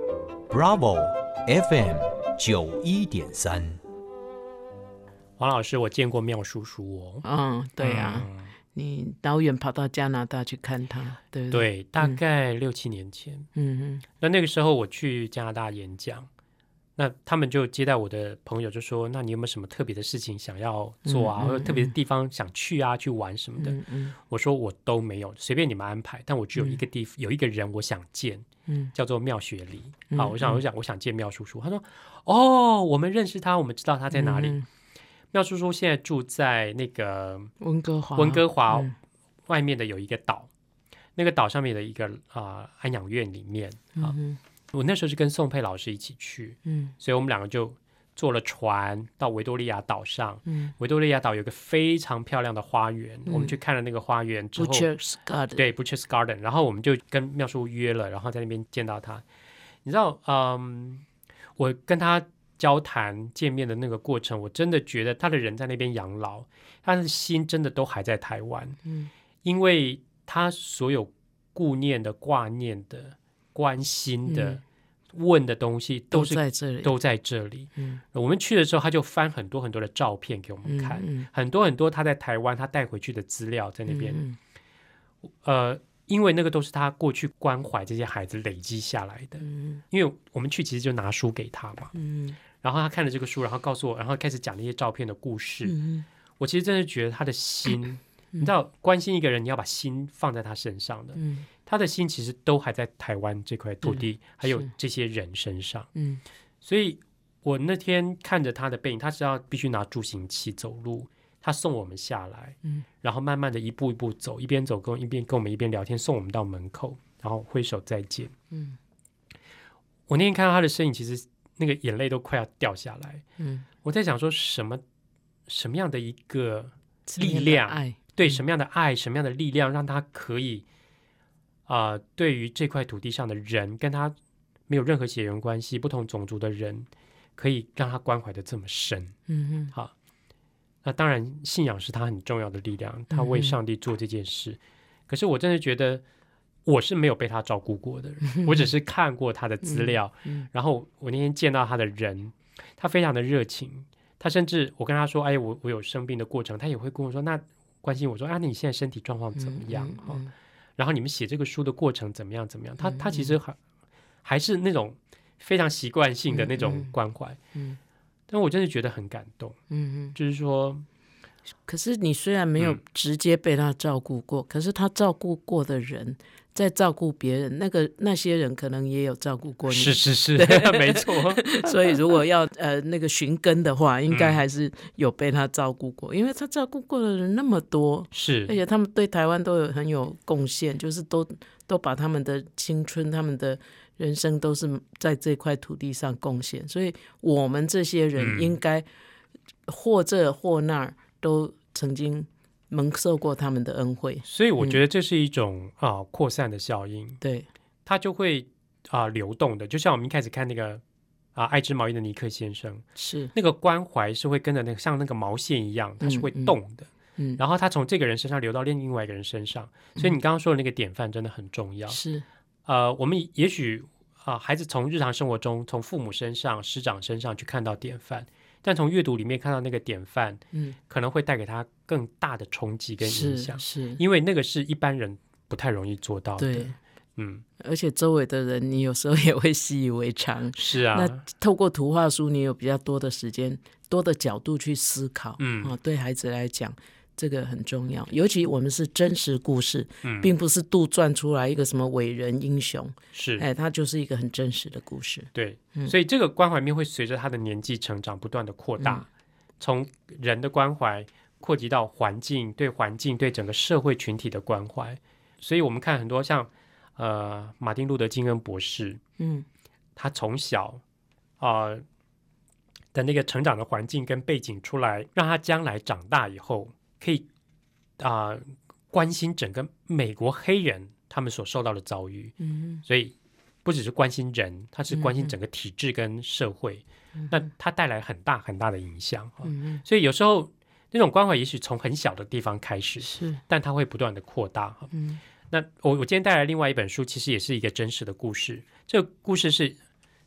[SPEAKER 4] Bravo F M 九一点三。
[SPEAKER 3] 王老师，我见过妙叔叔哦。
[SPEAKER 2] 嗯，对啊，嗯、你导远跑到加拿大去看他，对不对？
[SPEAKER 3] 对，大概六七年前。嗯嗯。那那个时候我去加拿大演讲，那他们就接待我的朋友，就说：“那你有没有什么特别的事情想要做啊，嗯嗯、或者特别的地方想去啊，去玩什么的？”嗯嗯、我说我都没有，随便你们安排。但我只有一个地，嗯、有一个人我想见。嗯，叫做妙学梨、嗯、啊，我想，我想，我想见妙叔叔。他说：“哦，我们认识他，我们知道他在哪里。嗯”妙叔叔现在住在那个
[SPEAKER 2] 温哥华，
[SPEAKER 3] 温哥华外面的有一个岛，嗯、那个岛上面的一个啊、呃、安养院里面啊。嗯、我那时候是跟宋佩老师一起去，嗯，所以我们两个就坐了船到维多利亚岛上。嗯，维多利亚岛有一个非常漂亮的花园，嗯、我们去看了那个花园之后
[SPEAKER 2] ，Butcher's Garden，
[SPEAKER 3] 对 Butcher's Garden， 然后我们就跟妙叔约了，然后在那边见到他。你知道，嗯，我跟他交谈见面的那个过程，我真的觉得他的人在那边养老，他的心真的都还在台湾。嗯，因为他所有顾念的、挂念的、关心的。嗯问的东西都是
[SPEAKER 2] 都在这里，
[SPEAKER 3] 都在这里。嗯，我们去的时候，他就翻很多很多的照片给我们看，嗯嗯、很多很多他在台湾他带回去的资料在那边。嗯嗯、呃，因为那个都是他过去关怀这些孩子累积下来的。嗯，因为我们去其实就拿书给他嘛。嗯，然后他看了这个书，然后告诉我，然后开始讲那些照片的故事。嗯，我其实真的觉得他的心，嗯、你知道，关心一个人，你要把心放在他身上的。嗯。他的心其实都还在台湾这块土地，嗯、还有这些人身上。嗯，所以我那天看着他的背影，他是要必须拿助行器走路，他送我们下来，嗯，然后慢慢的一步一步走，一边走跟一边跟我们一边聊天，送我们到门口，然后挥手再见。嗯，我那天看到他的身影，其实那个眼泪都快要掉下来。嗯，我在想说什么什么样的一个力量，
[SPEAKER 2] 爱
[SPEAKER 3] 对什么样的爱，什么样的力量，让他可以。啊、呃，对于这块土地上的人，跟他没有任何血缘关系、不同种族的人，可以让他关怀的这么深。嗯哼，好，那当然，信仰是他很重要的力量，他为上帝做这件事。嗯、可是我真的觉得，我是没有被他照顾过的人，嗯、我只是看过他的资料。嗯嗯、然后我那天见到他的人，他非常的热情，他甚至我跟他说：“哎，我我有生病的过程。”他也会跟我说：“那关心我说啊，那你现在身体状况怎么样？”嗯嗯嗯然后你们写这个书的过程怎么样？怎么样？他他其实还还是那种非常习惯性的那种关怀，嗯，嗯但我真的觉得很感动，嗯嗯，就是说，
[SPEAKER 2] 可是你虽然没有直接被他照顾过，嗯、可是他照顾过的人在照顾别人，那个那些人可能也有照顾过你，
[SPEAKER 3] 是是是，没错。
[SPEAKER 2] 所以如果要呃那个寻根的话，应该还是有被他照顾过，嗯、因为他照顾过的人那么多，
[SPEAKER 3] 是，
[SPEAKER 2] 而且他们对台湾都有很有贡献，就是都都把他们的青春、他们的人生都是在这块土地上贡献，所以我们这些人应该或这或那儿都曾经。蒙受过他们的恩惠，
[SPEAKER 3] 所以我觉得这是一种、嗯、啊扩散的效应，
[SPEAKER 2] 对，
[SPEAKER 3] 它就会啊流动的，就像我们一开始看那个啊爱织毛衣的尼克先生，
[SPEAKER 2] 是
[SPEAKER 3] 那个关怀是会跟着那个像那个毛线一样，它是会动的，嗯，嗯然后它从这个人身上流到另外一个人身上，嗯、所以你刚刚说的那个典范真的很重要，
[SPEAKER 2] 是
[SPEAKER 3] 呃，我们也许啊孩子从日常生活中，从父母身上、师长身上去看到典范。但从阅读里面看到那个典范，嗯，可能会带给他更大的冲击跟影响，
[SPEAKER 2] 是，是
[SPEAKER 3] 因为那个是一般人不太容易做到的，
[SPEAKER 2] 对，嗯，而且周围的人你有时候也会习以为常，
[SPEAKER 3] 是啊，
[SPEAKER 2] 那透过图画书，你有比较多的时间、多的角度去思考，嗯，啊，对孩子来讲。这个很重要，尤其我们是真实故事，嗯、并不是杜撰出来一个什么伟人英雄，
[SPEAKER 3] 是，
[SPEAKER 2] 哎，它就是一个很真实的故事。
[SPEAKER 3] 对，嗯、所以这个关怀面会随着他的年纪成长不断的扩大，嗯、从人的关怀扩及到环境，对环境、对整个社会群体的关怀。所以我们看很多像呃马丁路德金恩博士，嗯，他从小啊。呃的那个成长的环境跟背景出来，让他将来长大以后可以啊、呃、关心整个美国黑人他们所受到的遭遇，嗯，所以不只是关心人，他是关心整个体制跟社会，嗯、那他带来很大很大的影响，嗯，所以有时候那种关怀也许从很小的地方开始，
[SPEAKER 2] 是，
[SPEAKER 3] 但它会不断的扩大，嗯，那我我今天带来另外一本书，其实也是一个真实的故事，这个故事是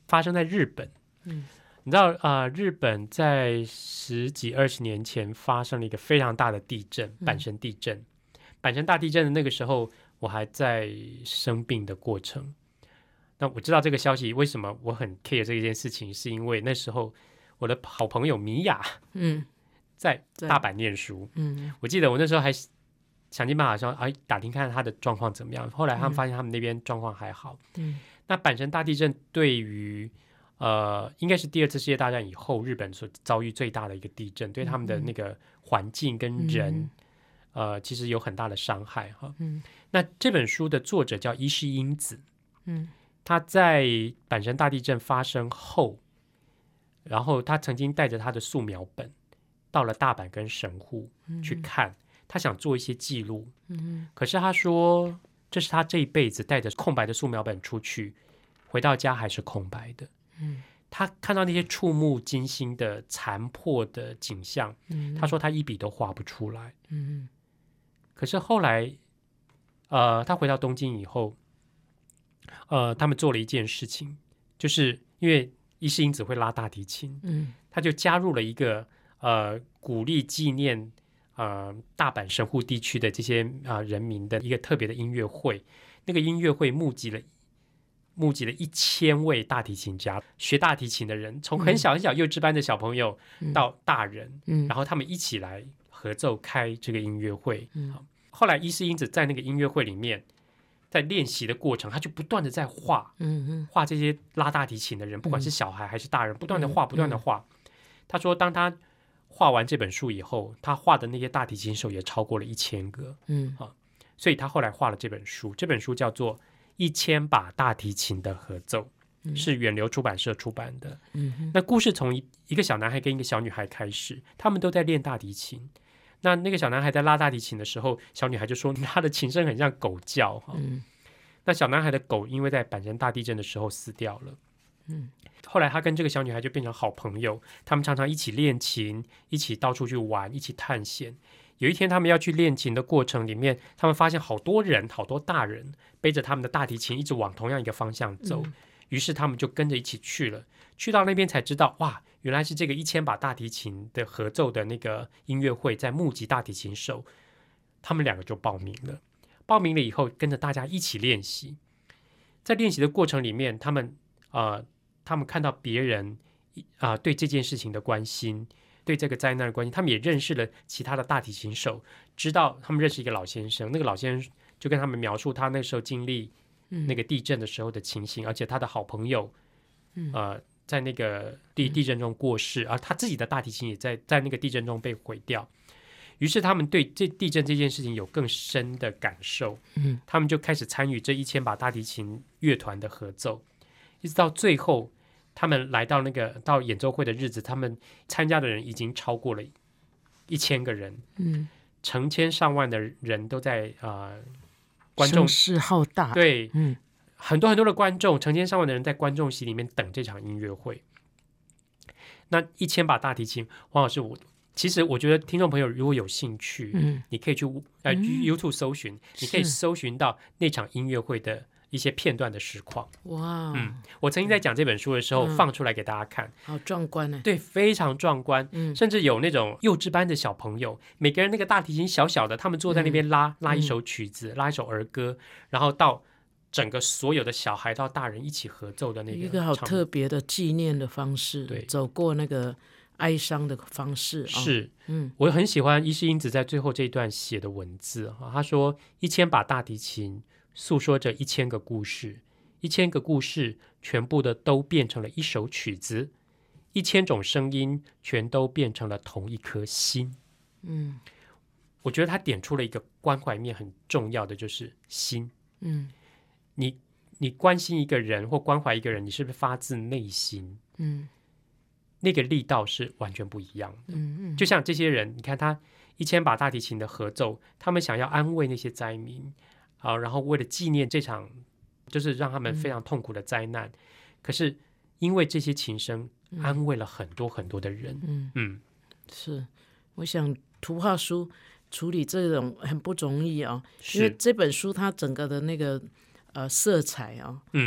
[SPEAKER 3] 发生在日本。嗯，你知道啊、呃，日本在十几二十年前发生了一个非常大的地震，阪神地震。阪神大地震的那个时候，我还在生病的过程。那我知道这个消息，为什么我很 care 这件事情，是因为那时候我的好朋友米娅，嗯，在大阪念书，嗯，我记得我那时候还想尽办法说，哎，打听看他的状况怎么样。后来他们发现他们那边状况还好。嗯，那阪神大地震对于呃，应该是第二次世界大战以后日本所遭遇最大的一个地震，对他们的那个环境跟人，嗯、呃，其实有很大的伤害哈。嗯，那这本书的作者叫伊势英子，嗯。他在阪神大地震发生后，然后他曾经带着他的素描本到了大阪跟神户去看，嗯、他想做一些记录。嗯、可是他说，这是他这一辈子带着空白的素描本出去，回到家还是空白的。嗯、他看到那些触目惊心的残破的景象，嗯、他说他一笔都画不出来。嗯、可是后来，呃，他回到东京以后。呃，他们做了一件事情，就是因为伊势英子会拉大提琴，嗯，他就加入了一个呃鼓励纪念呃大阪神户地区的这些啊、呃、人民的一个特别的音乐会。那个音乐会募集了募集了一千位大提琴家，学大提琴的人，从很小很小幼稚班的小朋友到大人，嗯，然后他们一起来合奏开这个音乐会。嗯，后来伊势英子在那个音乐会里面。在练习的过程，他就不断的在画，嗯、画这些拉大提琴的人，不管是小孩还是大人，不断的画，不断的画。他说，当他画完这本书以后，他画的那些大提琴手也超过了一千个，嗯啊，所以他后来画了这本书，这本书叫做《一千把大提琴的合奏》，嗯、是远流出版社出版的。嗯、那故事从一一个小男孩跟一个小女孩开始，他们都在练大提琴。那那个小男孩在拉大提琴的时候，小女孩就说他的琴声很像狗叫哈。嗯、那小男孩的狗因为在阪神大地震的时候死掉了。嗯、后来他跟这个小女孩就变成好朋友，他们常常一起练琴，一起到处去玩，一起探险。有一天他们要去练琴的过程里面，他们发现好多人，好多大人背着他们的大提琴一直往同样一个方向走。嗯、于是他们就跟着一起去了，去到那边才知道，哇，原来是这个一千把大提琴的合奏的那个音乐会在募集大提琴手，他们两个就报名了。报名了以后，跟着大家一起练习。在练习的过程里面，他们呃，他们看到别人啊、呃、对这件事情的关心，对这个灾难的关心，他们也认识了其他的大提琴手，知道他们认识一个老先生，那个老先生就跟他们描述他那时候经历那个地震的时候的情形，嗯、而且他的好朋友，呃。在那个地地震中过世，而他自己的大提琴也在在那个地震中被毁掉。于是他们对这地震这件事情有更深的感受，嗯，他们就开始参与这一千把大提琴乐团的合奏，一直到最后，他们来到那个到演奏会的日子，他们参加的人已经超过了一千个人，嗯，成千上万的人都在啊、呃，观众
[SPEAKER 2] 声势浩大，
[SPEAKER 3] 对，嗯。很多很多的观众，成千上万的人在观众席里面等这场音乐会。那一千把大提琴，黄老师，我其实我觉得听众朋友如果有兴趣，嗯，你可以去呃、嗯、YouTube 搜寻，你可以搜寻到那场音乐会的一些片段的实况。哇，嗯，我曾经在讲这本书的时候、嗯、放出来给大家看，
[SPEAKER 2] 好壮观呢。
[SPEAKER 3] 对，非常壮观，嗯，甚至有那种幼稚班的小朋友，每个人那个大提琴小小的，他们坐在那边拉、嗯、拉一首曲子，拉一首儿歌，然后到。整个所有的小孩到大人一起合奏的那个
[SPEAKER 2] 一个好特别的纪念的方式，
[SPEAKER 3] 对，
[SPEAKER 2] 走过那个哀伤的方式。
[SPEAKER 3] 是，哦、嗯，我很喜欢伊势英子在最后这一段写的文字哈，他说：一千把大提琴诉说着一千个故事，一千个故事全部的都变成了一首曲子，一千种声音全都变成了同一颗心。嗯，我觉得他点出了一个关怀面很重要的，就是心。嗯。你你关心一个人或关怀一个人，你是不是发自内心？嗯，那个力道是完全不一样的。嗯嗯，就像这些人，你看他一千把大提琴的合奏，他们想要安慰那些灾民啊，然后为了纪念这场就是让他们非常痛苦的灾难，嗯、可是因为这些琴声安慰了很多很多的人。嗯嗯，
[SPEAKER 2] 是，我想图画书处理这种很不容易啊，因为这本书它整个的那个。呃，色彩啊、哦，嗯，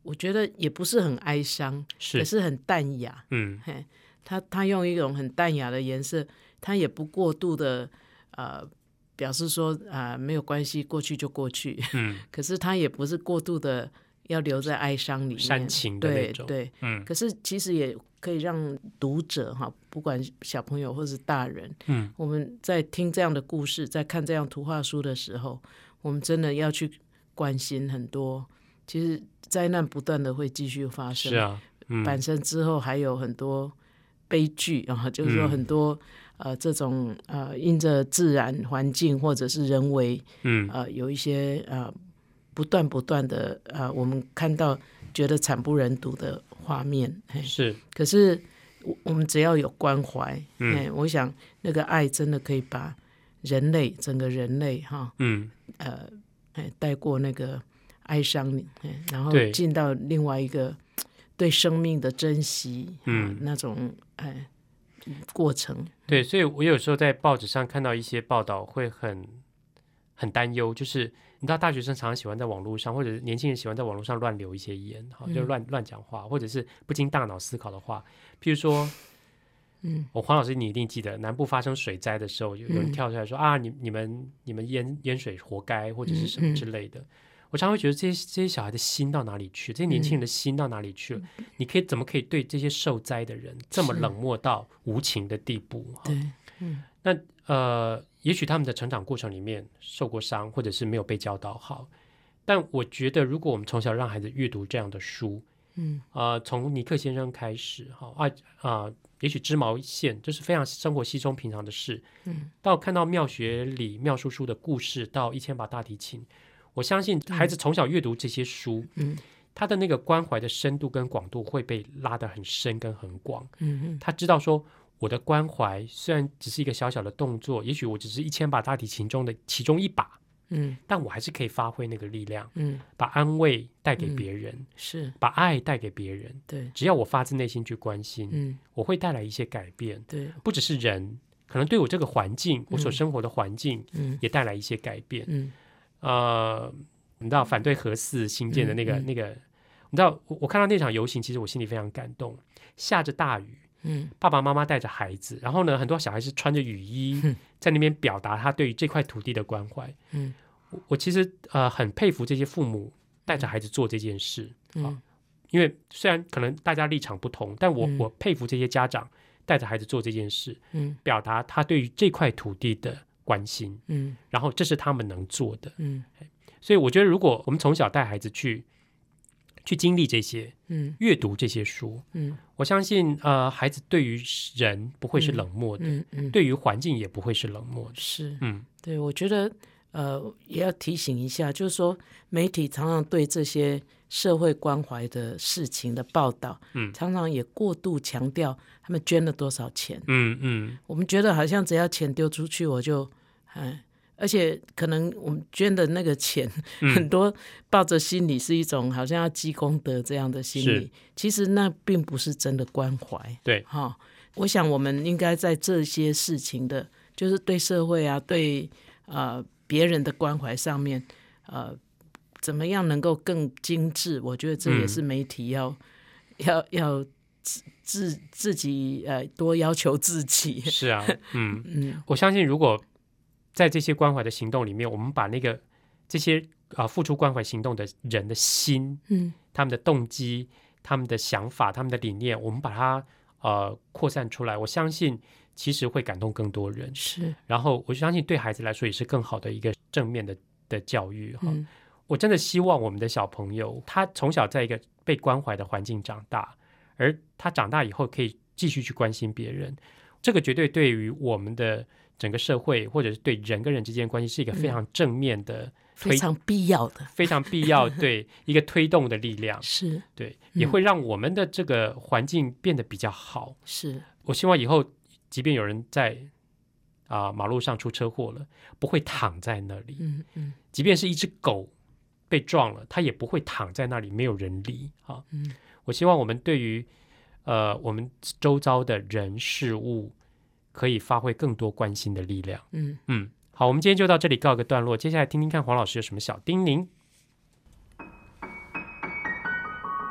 [SPEAKER 2] 我觉得也不是很哀伤，
[SPEAKER 3] 是，
[SPEAKER 2] 可是很淡雅。
[SPEAKER 3] 嗯，
[SPEAKER 2] 嘿，他他用一种很淡雅的颜色，他也不过度的呃表示说啊、呃、没有关系，过去就过去。嗯，可是他也不是过度的要留在哀伤里面，
[SPEAKER 3] 煽情的那种。
[SPEAKER 2] 对对，嗯。可是其实也可以让读者哈，不管小朋友或是大人，嗯，我们在听这样的故事，在看这样图画书的时候，我们真的要去关心很多。其实灾难不断的会继续发生，
[SPEAKER 3] 是啊，
[SPEAKER 2] 嗯，阪神之后还有很多悲剧啊，就是说很多、嗯、呃这种呃因着自然环境或者是人为，嗯呃有一些呃不断不断的呃我们看到觉得惨不忍睹的画面，
[SPEAKER 3] 是，
[SPEAKER 2] 可是我们只要有关怀，嗯，我想那个爱真的可以把人类整个人类哈，嗯呃带过那个哀伤，然后进到另外一个对生命的珍惜，嗯，那种哎过程。
[SPEAKER 3] 对，所以我有时候在报纸上看到一些报道，会很很担忧，就是你知道，大学生常常喜欢在网络上，或者是年轻人喜欢在网络上乱留一些言，就乱乱讲话，或者是不经大脑思考的话，譬如说。嗯，我黄老师，你一定记得，南部发生水灾的时候，有有人跳出来说、嗯、啊，你你们你们淹淹水活该，或者是什么之类的。嗯嗯、我常会觉得这些这些小孩的心到哪里去？这些年轻人的心到哪里去了？嗯、你可以怎么可以对这些受灾的人这么冷漠到无情的地步？
[SPEAKER 2] 对，嗯，
[SPEAKER 3] 那呃，也许他们的成长过程里面受过伤，或者是没有被教导好。但我觉得，如果我们从小让孩子阅读这样的书，嗯，呃，从尼克先生开始，哈啊啊。呃也许织毛线这是非常生活稀松平常的事，嗯，到看到妙学里妙叔叔的故事，到一千把大提琴，我相信孩子从小阅读这些书，嗯，他的那个关怀的深度跟广度会被拉得很深跟很广，嗯，他知道说我的关怀虽然只是一个小小的动作，也许我只是一千把大提琴中的其中一把，嗯，但我还是可以发挥那个力量，嗯，把安慰带给别人，嗯、
[SPEAKER 2] 是
[SPEAKER 3] 把爱带给别人，
[SPEAKER 2] 对，
[SPEAKER 3] 只要我发自内心去关心，嗯，我会带来一些改变，
[SPEAKER 2] 对，
[SPEAKER 3] 不只是人，可能对我这个环境，嗯、我所生活的环境，嗯，也带来一些改变，嗯，呃，你知道反对核四新建的那个、嗯、那个，你知道我我看到那场游行，其实我心里非常感动，下着大雨。嗯，爸爸妈妈带着孩子，然后呢，很多小孩是穿着雨衣，嗯、在那边表达他对于这块土地的关怀。嗯，我, 我其实呃很佩服这些父母带着孩子做这件事，嗯、啊，因为虽然可能大家立场不同，但我、嗯、我佩服这些家长带着孩子做这件事，嗯，表达他对于这块土地的关心，嗯，然后这是他们能做的，嗯，所以我觉得如果我们从小带孩子去。去经历这些，嗯，阅读这些书，嗯，我相信，呃，孩子对于人不会是冷漠的，嗯嗯，嗯对于环境也不会是冷漠的，
[SPEAKER 2] 是，嗯，对，我觉得，呃，也要提醒一下，就是说，媒体常常对这些社会关怀的事情的报道，嗯，常常也过度强调他们捐了多少钱，嗯嗯，我们觉得好像只要钱丢出去，我就，哎。而且可能我们捐的那个钱，嗯、很多抱着心理是一种好像要积功德这样的心理，其实那并不是真的关怀。
[SPEAKER 3] 对，
[SPEAKER 2] 哈、哦，我想我们应该在这些事情的，就是对社会啊，对呃别人的关怀上面，呃，怎么样能够更精致？我觉得这也是媒体要、嗯、要要自自自己呃多要求自己。
[SPEAKER 3] 是啊，嗯嗯，我相信如果。在这些关怀的行动里面，我们把那个这些啊、呃、付出关怀行动的人的心，嗯，他们的动机、他们的想法、他们的理念，我们把它呃扩散出来，我相信其实会感动更多人。
[SPEAKER 2] 是，
[SPEAKER 3] 然后我相信对孩子来说也是更好的一个正面的的教育哈。嗯、我真的希望我们的小朋友，他从小在一个被关怀的环境长大，而他长大以后可以继续去关心别人，这个绝对对于我们的。整个社会或者是对人跟人之间的关系是一个非常正面的、嗯、
[SPEAKER 2] 非常必要的
[SPEAKER 3] 非常必要对一个推动的力量
[SPEAKER 2] 是
[SPEAKER 3] 对、嗯、也会让我们的这个环境变得比较好。
[SPEAKER 2] 是
[SPEAKER 3] 我希望以后即便有人在、呃、马路上出车祸了不会躺在那里、嗯嗯、即便是一只狗被撞了它也不会躺在那里没有人理、啊嗯、我希望我们对于、呃、我们周遭的人事物可以发挥更多关心的力量。嗯嗯，好，我们今天就到这里告一个段落。接下来听听看黄老师有什么小叮咛。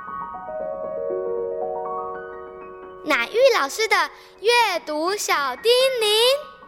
[SPEAKER 5] 老师的阅读小叮咛。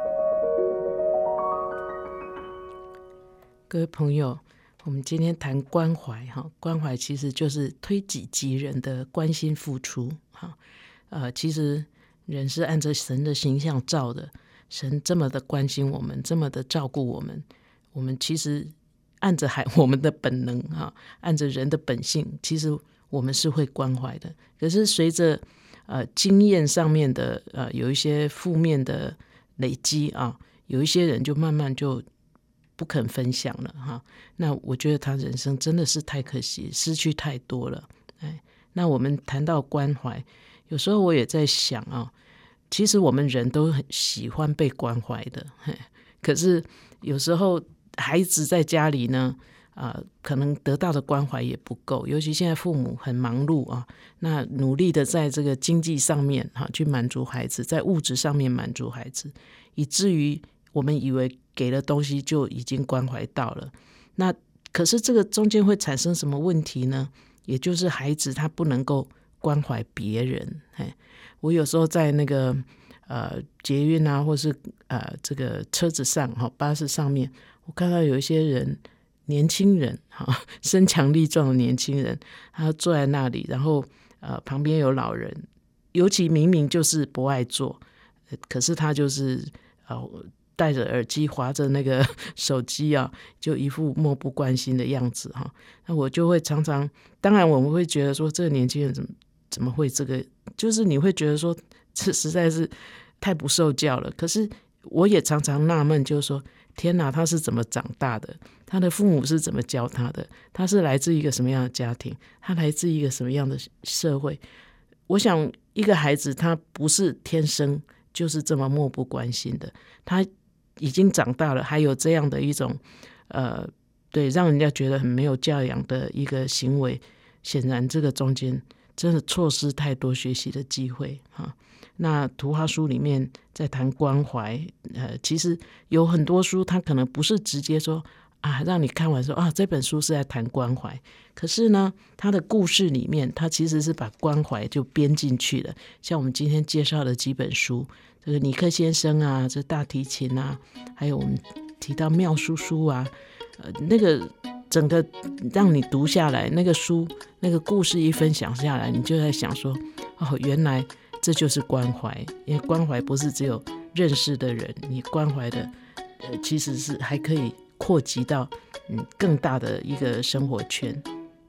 [SPEAKER 2] 各位朋友，我们今天谈关怀哈，关怀其实就是推己及人的关心付出哈。呃，其实人是按着神的形象造的，神这么的关心我们，这么的照顾我们，我们其实按着还我们的本能哈，按着人的本性，其实我们是会关怀的。可是随着呃经验上面的呃有一些负面的累积啊，有一些人就慢慢就不肯分享了哈。那我觉得他人生真的是太可惜，失去太多了。哎，那我们谈到关怀，有时候我也在想啊，其实我们人都很喜欢被关怀的，可是有时候孩子在家里呢，呃，可能得到的关怀也不够，尤其现在父母很忙碌啊，那努力的在这个经济上面哈去满足孩子，在物质上面满足孩子，以至于我们以为给了东西就已经关怀到了。那可是这个中间会产生什么问题呢？也就是孩子他不能够关怀别人。我有时候在那个呃捷运啊，或是呃这个车子上哈巴士上面，我看到有一些人年轻人哈身强力壮的年轻人，他坐在那里，然后呃旁边有老人，尤其明明就是不爱坐，可是他就是呃戴着耳机滑着那个手机啊，就一副漠不关心的样子哈。那我就会常常，当然我们会觉得说这个年轻人怎么怎么会这个，就是你会觉得说这实在是太不受教了。可是我也常常纳闷，就是说天哪，他是怎么长大的？他的父母是怎么教他的？他是来自一个什么样的家庭？他来自一个什么样的社会？我想一个孩子他不是天生就是这么漠不关心的，他已经长大了，还有这样的一种呃，对，让人家觉得很没有教养的一个行为，显然这个中间真的错失太多学习的机会哈。那图画书里面在谈关怀，呃，其实有很多书它可能不是直接说啊，让你看完说啊这本书是在谈关怀，可是呢它的故事里面它其实是把关怀就编进去了。像我们今天介绍的几本书，这个尼克先生啊，这大提琴啊，还有我们提到妙叔叔啊，呃，那个整个让你读下来，那个书那个故事一分享下来，你就在想说哦，原来这就是关怀。因为关怀不是只有认识的人，你关怀的呃，其实是还可以扩及到嗯更大的一个生活圈。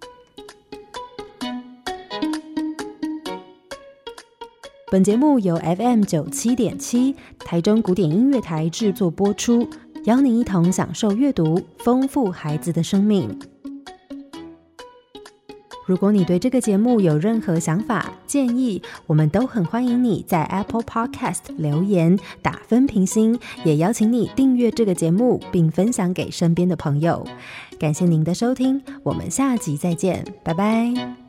[SPEAKER 1] 本节目由 F M 九十七点七 台中古典音乐台制作播出，邀您一同享受阅读，丰富孩子的生命。如果你对这个节目有任何想法建议，我们都很欢迎你在 Apple Podcast 留言打分评星，也邀请你订阅这个节目并分享给身边的朋友。感谢您的收听，我们下集再见，拜拜。